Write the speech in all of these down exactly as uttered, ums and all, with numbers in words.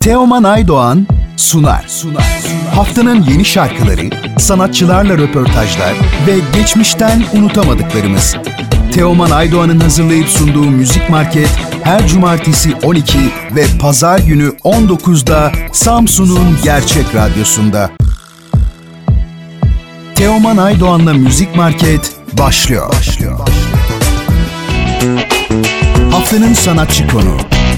Teoman Aydoğan sunar. sunar. Haftanın yeni şarkıları, sanatçılarla röportajlar ve geçmişten unutamadıklarımız. Teoman Aydoğan'ın hazırlayıp sunduğu Müzik Market her cumartesi on iki ve pazar günü on dokuzda Samsun'un Gerçek Radyosu'nda. Teoman Aydoğan'la Müzik Market başlıyor. başlıyor. Haftanın sanatçı konuğu.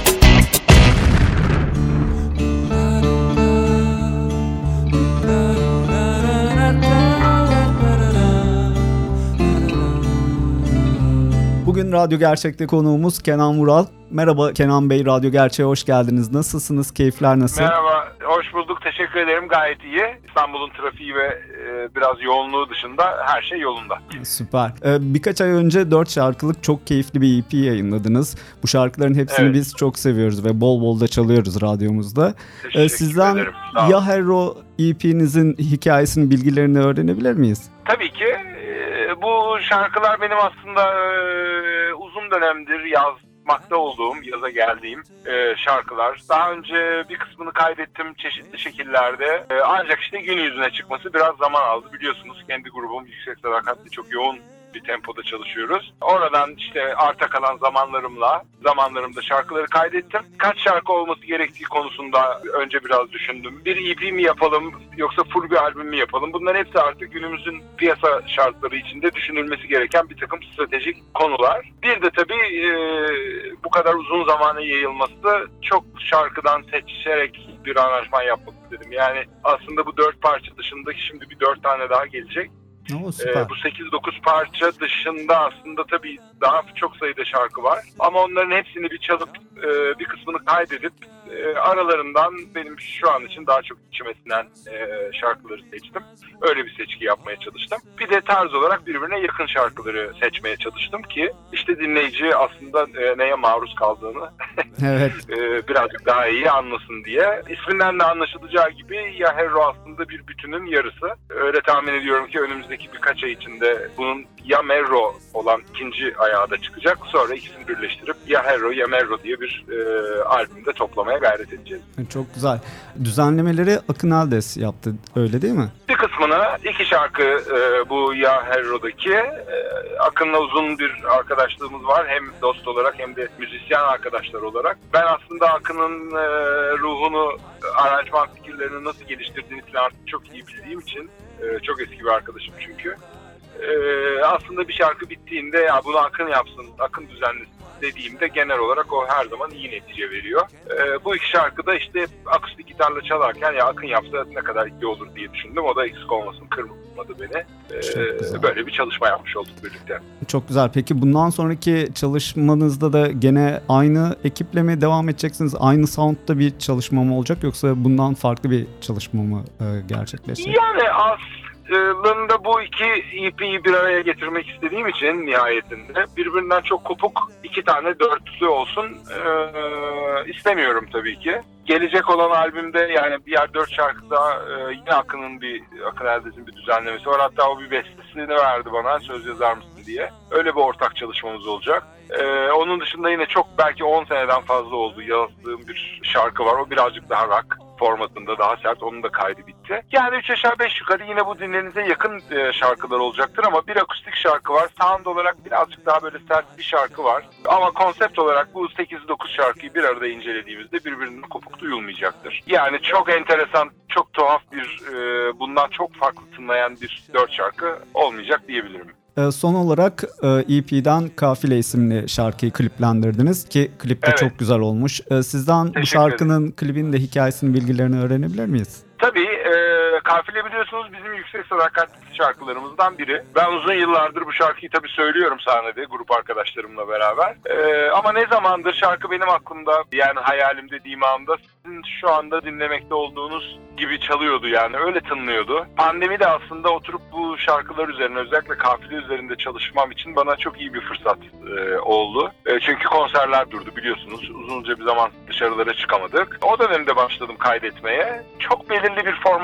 Bugün Radyo Gerçek'te konuğumuz Kenan Vural. Merhaba Kenan Bey, Radyo Gerçek'e hoş geldiniz. Nasılsınız? Keyifler nasıl? Merhaba, hoş bulduk. Teşekkür ederim. Gayet iyi. İstanbul'un trafiği ve e, biraz yoğunluğu dışında her şey yolunda. Süper. Ee, birkaç ay önce dört şarkılık çok keyifli bir E P yayınladınız. Bu şarkıların hepsini evet. biz çok seviyoruz ve bol bol da çalıyoruz radyomuzda. Teşekkür ee, sizden ederim. Ya Hero E P'nizin hikayesinin bilgilerini öğrenebilir miyiz? Tabii ki. Bu şarkılar benim aslında e, uzun dönemdir yazmakta olduğum, yaza geldiğim e, şarkılar. Daha önce bir kısmını kaydettim çeşitli şekillerde. E, ancak işte gün yüzüne çıkması biraz zaman aldı. Biliyorsunuz kendi grubum Yüksek Sadakat'te çok yoğun bir tempoda çalışıyoruz. Oradan işte arta kalan zamanlarımla, zamanlarımda şarkıları kaydettim. Kaç şarkı olması gerektiği konusunda önce biraz düşündüm. Bir E P mi yapalım yoksa full bir albüm mü yapalım? Bunların hepsi artık günümüzün piyasa şartları içinde düşünülmesi gereken bir takım stratejik konular. Bir de tabii e, bu kadar uzun zamana yayılması, çok şarkıdan seçerek bir aranjman yapmak istedim. Yani aslında bu dört parça dışındaki şimdi bir dört tane daha gelecek. Oo, süper. Ee, bu sekiz dokuz parça dışında aslında tabii daha çok sayıda şarkı var. Ama onların hepsini bir çalıp e, bir kısmını kaydedip e, aralarından benim şu an için daha çok içime sinen e, şarkıları seçtim. Öyle bir seçki yapmaya çalıştım. Bir de tarz olarak birbirine yakın şarkıları seçmeye çalıştım ki işte dinleyici aslında e, neye maruz kaldığını evet. e, birazcık daha iyi anlasın diye. İsminden de anlaşılacağı gibi Ya Hero aslında bir bütünün yarısı. Öyle tahmin ediyorum ki önümüzdeki birkaç ay içinde bunun Ya Merro olan ikinci ayağı da çıkacak. Sonra ikisini birleştirip Ya Hero Ya Merro diye bir e, albümde toplamaya gayret edeceğiz. Çok güzel. Düzenlemeleri Akın Aldes yaptı, öyle değil mi? Bir kısmını, iki şarkı e, bu Ya Hero'daki. E, Akın'la uzun bir arkadaşlığımız var. Hem dost olarak hem de müzisyen arkadaşlar olarak. Ben aslında Akın'ın e, ruhunu, aranjman fikirlerini nasıl geliştirdiğini falan artık çok iyi bildiğim için, e, çok eski bir arkadaşım çünkü. E, aslında bir şarkı bittiğinde ya bunu Akın yapsın, Akın düzenlesin dediğimde genel olarak o her zaman iyi netice veriyor. Ee, bu iki şarkıda işte akustik gitarla çalarken ya Akın yapsa ne kadar iyi olur diye düşündüm. O da eksik olmasın, kırmadı beni. Ee, böyle bir çalışma yapmış olduk birlikte. Çok güzel. Peki bundan sonraki çalışmanızda da gene aynı ekiple mi devam edeceksiniz? Aynı sound'da bir çalışma mı olacak yoksa bundan farklı bir çalışma mı e, gerçekleşecek? Yani aslında bu iki E P'yi bir araya getirmek istediğim için nihayetinde birbirinden çok kopuk iki tane dörtlü olsun ee, istemiyorum tabii ki. Gelecek olan albümde yani diğer dört şarkıda e, yine Akın'ın bir, Akın Eldes'in bir düzenlemesi var. Hatta o bir bestesini verdi bana, söz yazar mısın diye. Öyle bir ortak çalışmamız olacak. Ee, onun dışında yine çok belki on seneden fazla oldu yazdığım bir şarkı var. O birazcık daha rock formatında, daha sert. Onun da kaydı bitti. Yani üç aşağı beş yukarı yine bu dinlerinize yakın e, şarkılar olacaktır ama bir akustik şarkı var. Sound olarak birazcık daha böyle sert bir şarkı var. Ama konsept olarak bu sekiz dokuz şarkıyı bir arada incelediğimizde birbirinden kopuk duyulmayacaktır. Yani çok enteresan, çok tuhaf bir, e, bundan çok farklı tınlayan bir dört şarkı olmayacak diyebilirim. Son olarak E P'den Kafile isimli şarkıyı kliplendirdiniz ki klip de evet. çok güzel olmuş. Sizden bu şarkının klibinin de hikayesinin bilgilerini öğrenebilir miyiz? Tabii. E, Kafile biliyorsunuz bizim Yüksek Sadakat şarkılarımızdan biri. Ben uzun yıllardır bu şarkıyı tabii söylüyorum sahnede grup arkadaşlarımla beraber. E, ama ne zamandır şarkı benim aklımda, yani hayalimde, dimağımda, sizin şu anda dinlemekte olduğunuz gibi çalıyordu, yani öyle tınlıyordu. Pandemi de aslında oturup bu şarkılar üzerine, özellikle Kafile üzerinde çalışmam için bana çok iyi bir fırsat e, oldu. E, çünkü konserler durdu biliyorsunuz. Uzunca bir zaman dışarılara çıkamadık. O dönemde başladım kaydetmeye. Çok belirli bir formatta yoktu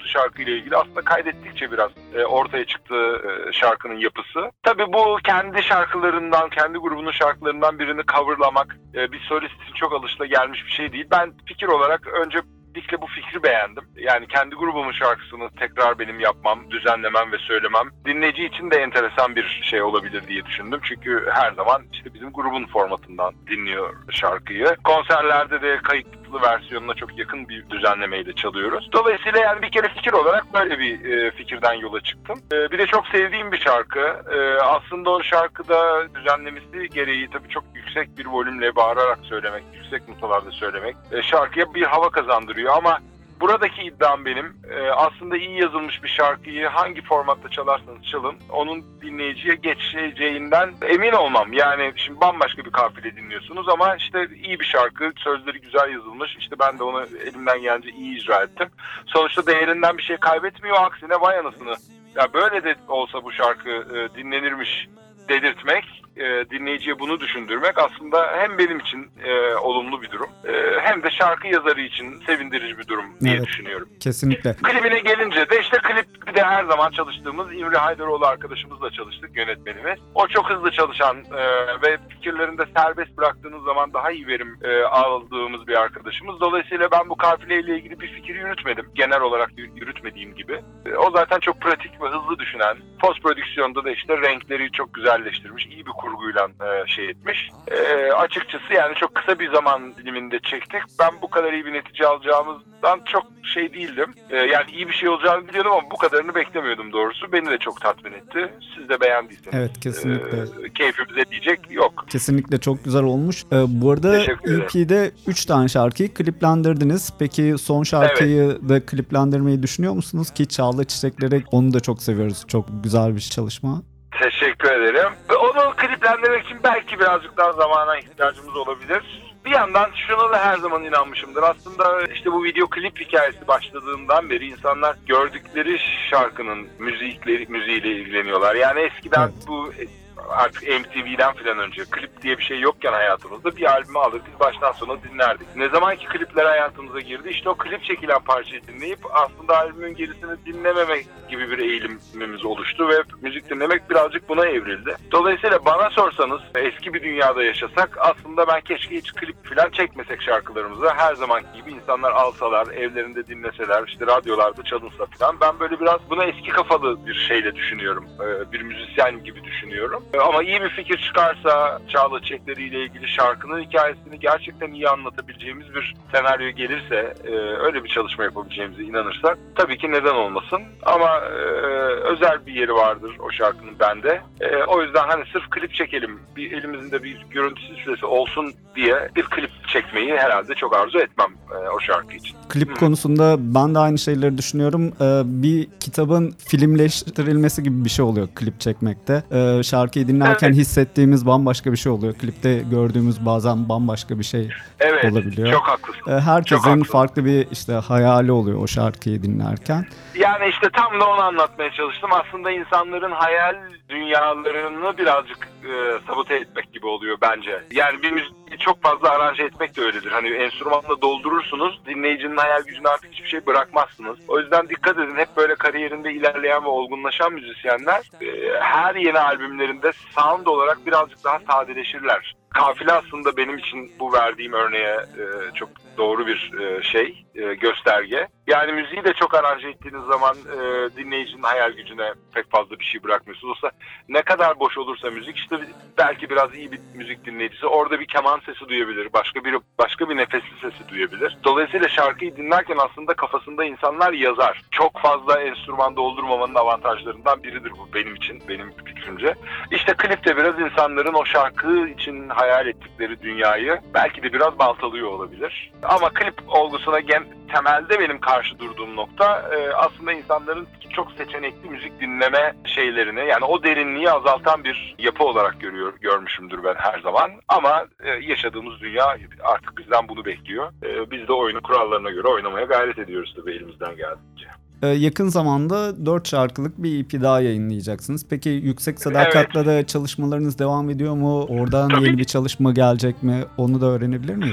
bu şarkıyla ilgili. Aslında kaydettikçe biraz e, ortaya çıktı e, şarkının yapısı. Tabii bu kendi şarkılarından, kendi grubunun şarkılarından birini coverlamak e, bir solistin çok alışılagelmiş bir şey değil. Ben fikir olarak önce Kesinlikle bu fikri beğendim. Yani kendi grubumun şarkısını tekrar benim yapmam, düzenlemem ve söylemem dinleyici için de enteresan bir şey olabilir diye düşündüm. Çünkü her zaman işte bizim grubun formatından dinliyor şarkıyı. Konserlerde de kayıtlı versiyonuna çok yakın bir düzenlemeyle çalıyoruz. Dolayısıyla yani bir kere fikir olarak böyle bir e, fikirden yola çıktım. E, bir de çok sevdiğim bir şarkı. E, aslında o şarkıda düzenlemesi gereği tabii çok yüksek bir volümle bağırarak söylemek, yüksek notalarda söylemek e, şarkıya bir hava kazandırıyor. Ama buradaki iddiam benim e, aslında iyi yazılmış bir şarkıyı hangi formatta çalarsanız çalın onun dinleyiciye geçeceğinden emin olmam. Yani şimdi bambaşka bir kafile dinliyorsunuz ama işte iyi bir şarkı, sözleri güzel yazılmış. İşte ben de onu elimden gelince iyi icra ettim. Sonuçta değerinden bir şey kaybetmiyor. Aksine vay anasını. Ya böyle de olsa bu şarkı e, dinlenirmiş dedirtmek, e, dinleyiciye bunu düşündürmek aslında hem benim için e, olumlu bir durum e, hem de şarkı yazarı için sevindirici bir durum diye evet, düşünüyorum. Kesinlikle. Klibine gelince de işte klip de her zaman çalıştığımız İmre Haydaroğlu arkadaşımızla çalıştık, yönetmenimiz. O çok hızlı çalışan e, ve fikirlerinde serbest bıraktığınız zaman daha iyi verim e, aldığımız bir arkadaşımız. Dolayısıyla ben bu kafileyle ilgili bir fikir yürütmedim. Genel olarak yürütmediğim gibi. E, o zaten çok pratik ve hızlı düşünen. Post prodüksiyonda da işte renkleri çok güzelleştirmiş, iyi bir kurguyla e, şey etmiş. E, açıkçası yani çok kısa bir zaman diliminde çektik. Ben bu kadar iyi bir netice alacağımızdan çok şey değildim. E, yani iyi bir şey olacağını biliyordum ama bu kadarını beklemiyordum doğrusu. Beni de çok tatmin etti. Siz de beğendiyseniz. Evet, kesinlikle. E, keyfimize diyecek yok. Kesinlikle çok güzel olmuş. E, bu arada E P'de üç tane şarkıyı kliplendirdiniz. Peki son şarkıyı evet. da kliplendirmeyi düşünüyor musunuz? Ki Çağla Çiçekleri onu da çok seviyoruz. Çok güzel bir çalışma. Teşekkür ederim. Onu kliplendirmek için belki birazcık daha zamana ihtiyacımız olabilir. Bir yandan şuna da her zaman inanmışımdır. Aslında işte bu video klip hikayesi başladığından beri insanlar gördükleri şarkının müzikleri, müziğiyle ilgileniyorlar. Yani eskiden evet. bu artık M T V'den filan önce klip diye bir şey yokken hayatımızda bir albümü alır biz baştan sona dinlerdik. Ne zaman ki klipler hayatımıza girdi işte o klip çekilen parçayı dinleyip aslında albümün gerisini dinlememek gibi bir eğilimimiz oluştu ve müzik dinlemek birazcık buna evrildi. Dolayısıyla bana sorsanız eski bir dünyada yaşasak aslında ben keşke hiç klip filan çekmesek şarkılarımızı. Her zamanki gibi insanlar alsalar, evlerinde dinleseler, işte radyolarda çalınsa filan. Ben böyle biraz buna eski kafalı bir şeyle düşünüyorum. Bir müzisyen gibi düşünüyorum. Ama iyi bir fikir çıkarsa Çağla Çiçekleri ile ilgili şarkının hikayesini gerçekten iyi anlatabileceğimiz bir senaryo gelirse, öyle bir çalışma yapabileceğimize inanırsak tabii ki neden olmasın. Ama e, özel bir yeri vardır o şarkının bende. E, o yüzden hani sırf klip çekelim, bir elimizde bir görüntüsü süresi olsun diye bir klip çekmeyi herhalde çok arzu etmem e, o şarkı için. Klip Hı. konusunda ben de aynı şeyleri düşünüyorum. E, bir kitabın filmleştirilmesi gibi bir şey oluyor klip çekmekte. E, şarkıyı dinlerken evet. hissettiğimiz bambaşka bir şey oluyor. Klipte gördüğümüz bazen bambaşka bir şey evet, olabiliyor. Çok haklısın. E, herkesin farklı bir işte hayali oluyor o şarkıyı dinlerken. Yani işte tam da onu anlatmaya çalıştım. Aslında insanların hayal dünyalarını birazcık e, sabote etmek gibi oluyor bence. Yani bir müziği çok fazla aranje etmek de öyledir. Hani enstrümanla doldurursunuz, dinleyicinin hayal gücüne artık hiçbir şey bırakmazsınız. O yüzden dikkat edin, hep böyle kariyerinde ilerleyen ve olgunlaşan müzisyenler e, her yeni albümlerinde sound olarak birazcık daha sadeleşirler. Kafile aslında benim için bu verdiğim örneğe e, çok doğru bir e, şey, e, gösterge. Yani müziği de çok aranje ettiğiniz zaman e, dinleyicinin hayal gücüne pek fazla bir şey bırakmıyorsunuz. Olsa ne kadar boş olursa müzik işte belki biraz iyi bir müzik dinleyicisi orada bir keman sesi duyabilir, başka bir başka bir nefesli sesi duyabilir. Dolayısıyla şarkıyı dinlerken aslında kafasında insanlar yazar. Çok fazla enstrüman doldurmamanın avantajlarından biridir bu benim için, benim fikrimce. İşte klipte biraz insanların o şarkı için hayal ettikleri dünyayı belki de biraz baltalıyor olabilir. Ama klip olgusuna gen, temelde benim karşı durduğum nokta e, aslında insanların çok seçenekli müzik dinleme şeylerini yani o derinliği azaltan bir yapı olarak görüyor, görmüşümdür ben her zaman. Ama e, yaşadığımız dünya artık bizden bunu bekliyor. E, biz de oyunun kurallarına göre oynamaya gayret ediyoruz tabii elimizden geldiğince. Yakın zamanda dört şarkılık bir E P daha yayınlayacaksınız. Peki Yüksek Sadakat'la evet. da çalışmalarınız devam ediyor mu? Oradan Tabii. yeni bir çalışma gelecek mi? Onu da öğrenebilir miyiz?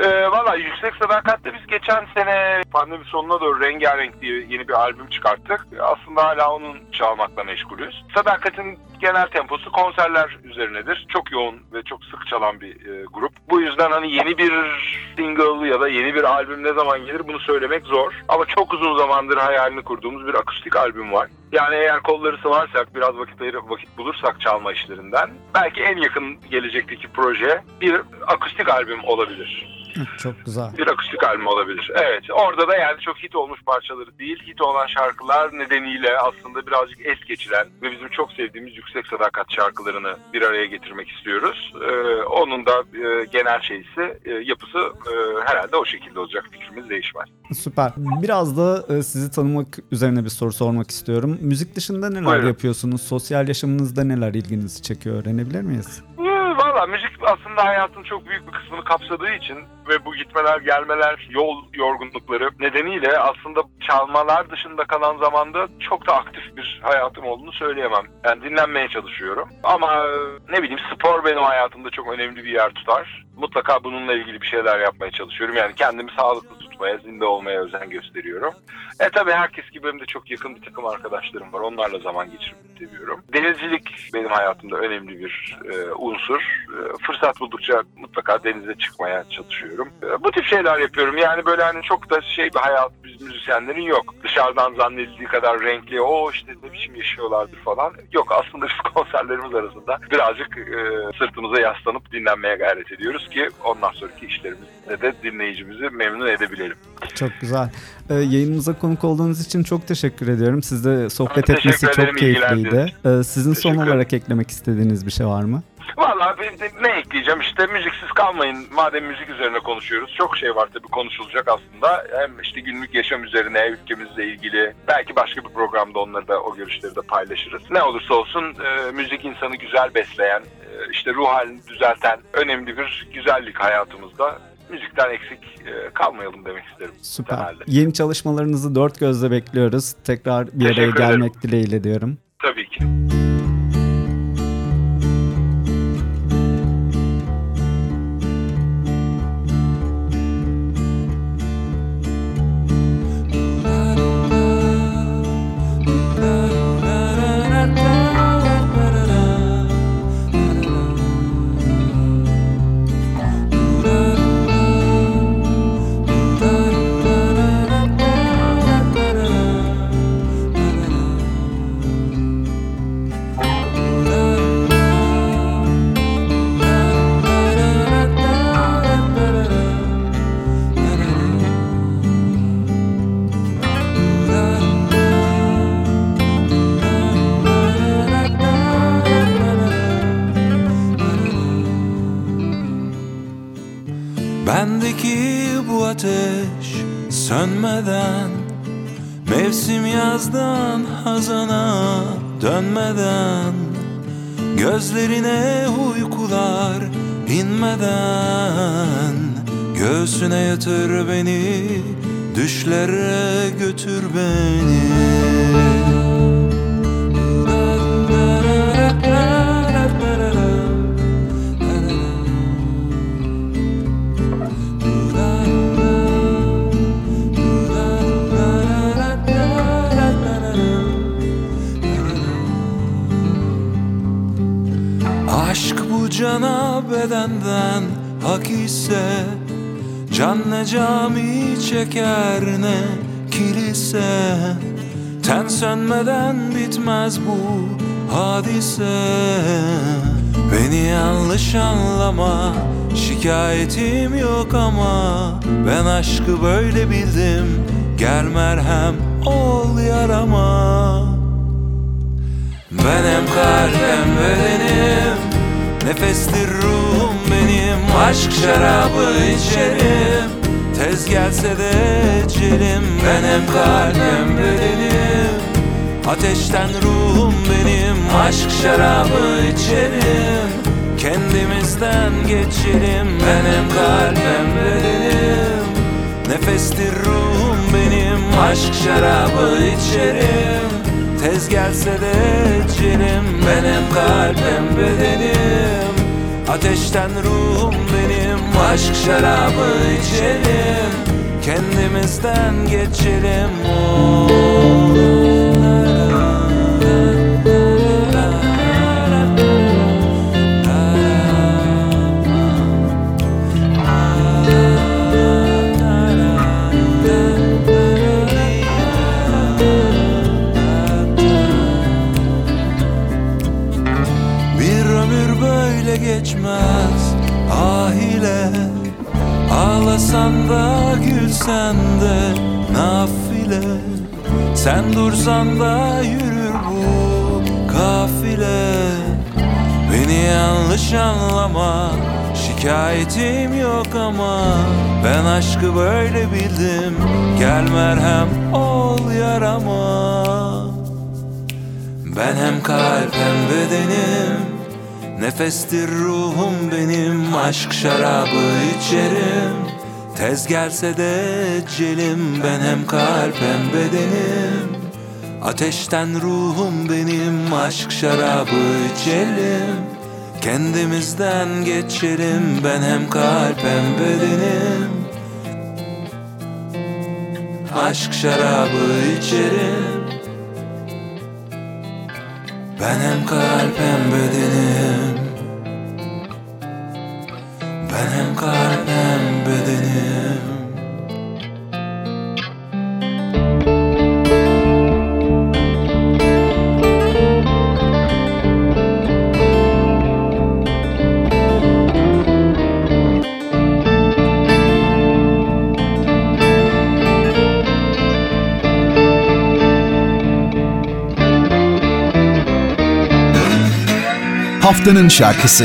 Ee, Valla Yüksek Sadakat'te biz geçen sene pandemi sonuna doğru Rengarenk diye yeni bir albüm çıkarttık. Aslında hala onun çalmakla meşgulüz. Sadakat'in genel temposu konserler üzerinedir. Çok yoğun ve çok sık çalan bir e, grup. Bu yüzden hani yeni bir single ya da yeni bir albüm ne zaman gelir bunu söylemek zor. Ama çok uzun zamandır hayalini kurduğumuz bir akustik albüm var. Yani eğer kolları sıvarsak, biraz vakit ayırıp vakit bulursak çalma işlerinden belki en yakın gelecekteki proje bir akustik albüm olabilir. Çok güzel. Bir akustik albüm olabilir. Evet. Orada da yani çok hit olmuş parçaları değil, hit olan şarkılar nedeniyle aslında birazcık es geçilen ve bizim çok sevdiğimiz Yüksek Sadakat şarkılarını bir araya getirmek istiyoruz. Ee, onun da e, genel şeysi, e, yapısı e, herhalde o şekilde olacak. Fikrimiz değişmez. Süper. Biraz da e, sizi tanımak üzerine bir soru sormak istiyorum. Müzik dışında neler Buyurun. yapıyorsunuz? Sosyal yaşamınızda neler ilginizi çekiyor? Öğrenebilir miyiz? Valla müzik aslında hayatın çok büyük bir kısmını kapsadığı için ve bu gitmeler gelmeler, yol yorgunlukları nedeniyle aslında çalmalar dışında kalan zamanda çok da aktif bir hayatım olduğunu söyleyemem. Yani dinlenmeye çalışıyorum. Ama ne bileyim, spor benim hayatımda çok önemli bir yer tutar. Mutlaka bununla ilgili bir şeyler yapmaya çalışıyorum. Yani kendimi sağlıklı tutmaya, zinde olmaya özen gösteriyorum. E tabii herkes gibi benim de çok yakın bir takım arkadaşlarım var. Onlarla zaman geçirmeyi seviyorum. Denizcilik benim hayatımda önemli bir e, unsur. E, fırsat buldukça mutlaka denize çıkmaya çalışıyorum. E, bu tip şeyler yapıyorum. Yani böyle hani çok da şey bir hayat biz müzisyenlerin yok. Dışarıdan zannedildiği kadar renkli, o işte ne biçim yaşıyorlardır falan. Yok, aslında biz konserlerimiz arasında birazcık e, sırtımıza yaslanıp dinlenmeye gayret ediyoruz ki ondan sonraki işlerimizde de dinleyicimizi memnun edebilelim. Çok güzel. Ee, yayınımıza konuk olduğunuz için çok teşekkür ediyorum. Sizle sohbet Ben etmesi çok ederim, keyifliydi. Ee, sizin son Teşekkür olarak eklemek istediğiniz bir şey var mı? Valla ne ekleyeceğim, işte müziksiz kalmayın. Madem müzik üzerine konuşuyoruz, çok şey var tabii konuşulacak aslında. Hem işte günlük yaşam üzerine, ülkemizle ilgili, belki başka bir programda onları da, o görüşleri de paylaşırız. Ne olursa olsun e, müzik insanı güzel besleyen, e, işte ruh halini düzelten önemli bir güzellik hayatımızda. Müzikten eksik e, kalmayalım demek isterim. Süper. Temelde. Yeni çalışmalarınızı dört gözle bekliyoruz. Tekrar bir araya Teşekkür gelmek ederim. dileğiyle diyorum. Tabii ki. Bendeki bu ateş sönmeden, mevsim yazdan hazana dönmeden, gözlerine uykular inmeden, göğsüne yatır beni, düşlere götür beni. Aşk bu cana bedenden hak ise, can ne cami çeker ne kilise. Ten sönmeden bitmez bu hadise. Beni yanlış anlama, şikayetim yok ama ben aşkı böyle bildim. Gel merhem ol yarama. Ben hem kalp hem bedenim, nefestir ruhum benim. Aşk şarabı içerim, tez gelse de ecelim. Ben hem kalp hem bedenim, ateşten ruhum benim. Aşk şarabı içerim, kendimizden geçelim. Ben hem kalp hem bedenim, nefestir ruhum benim. Aşk şarabı içerim, tez gelse de ecelim. Ben hem kalp hem bedenim, ateşten ruhum benim. Aşk şarabı içelim, kendimizden geçelim. Oh. Geçmez ah ile, ağlasan da gülsen de nafile. Sen dursan da yürür bu kafile. Beni yanlış anlama, şikayetim yok ama ben aşkı böyle bildim. Gel merhem ol yarama. Ben hem kalp hem bedenim, nefestir ruhum benim. Aşk şarabı içerim, tez gelse de ecelim. Ben hem kalp hem bedenim, ateşten ruhum benim. Aşk şarabı içelim, kendimizden geçelim. Ben hem kalp hem bedenim, aşk şarabı içerim. Ben hem kalp hem bedenim, ben hem kalp hem bedenim. Haftanın şarkısı.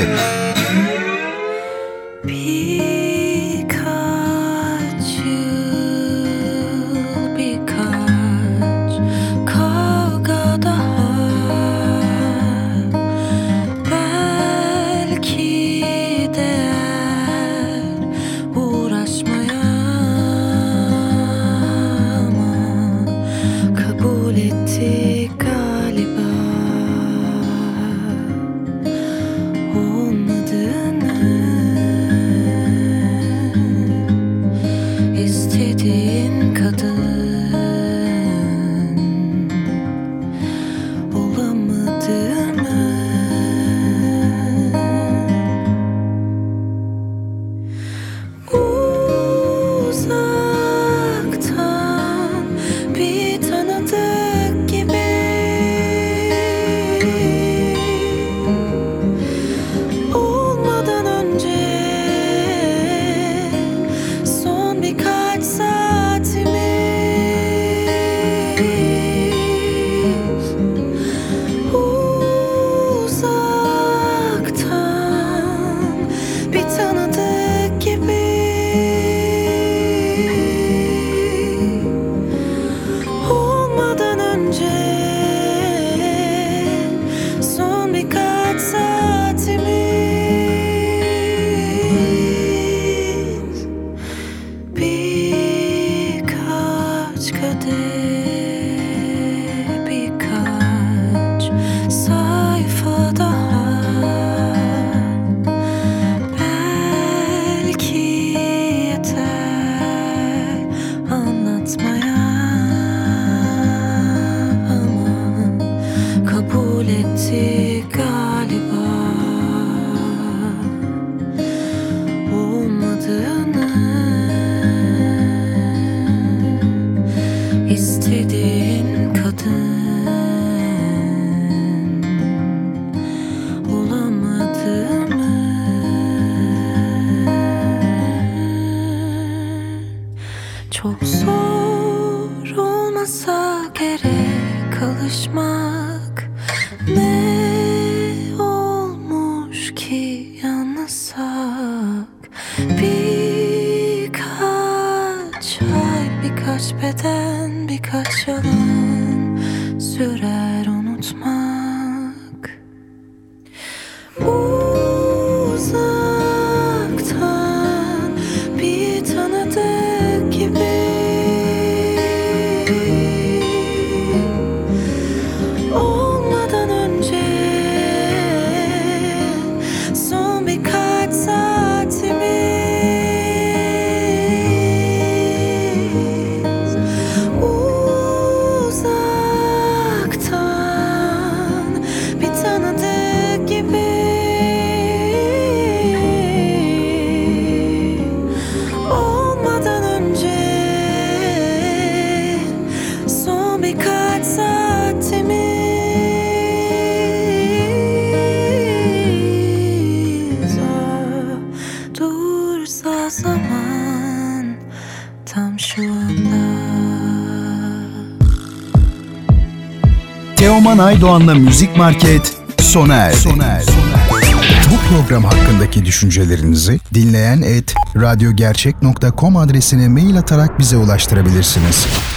Son birkaç saatimi Teoman Aydoğan'la Müzik Market sona erdi. Sona erdi. Bu program hakkındaki düşüncelerinizi dinleyen et radyogercek nokta com adresine mail atarak bize ulaştırabilirsiniz.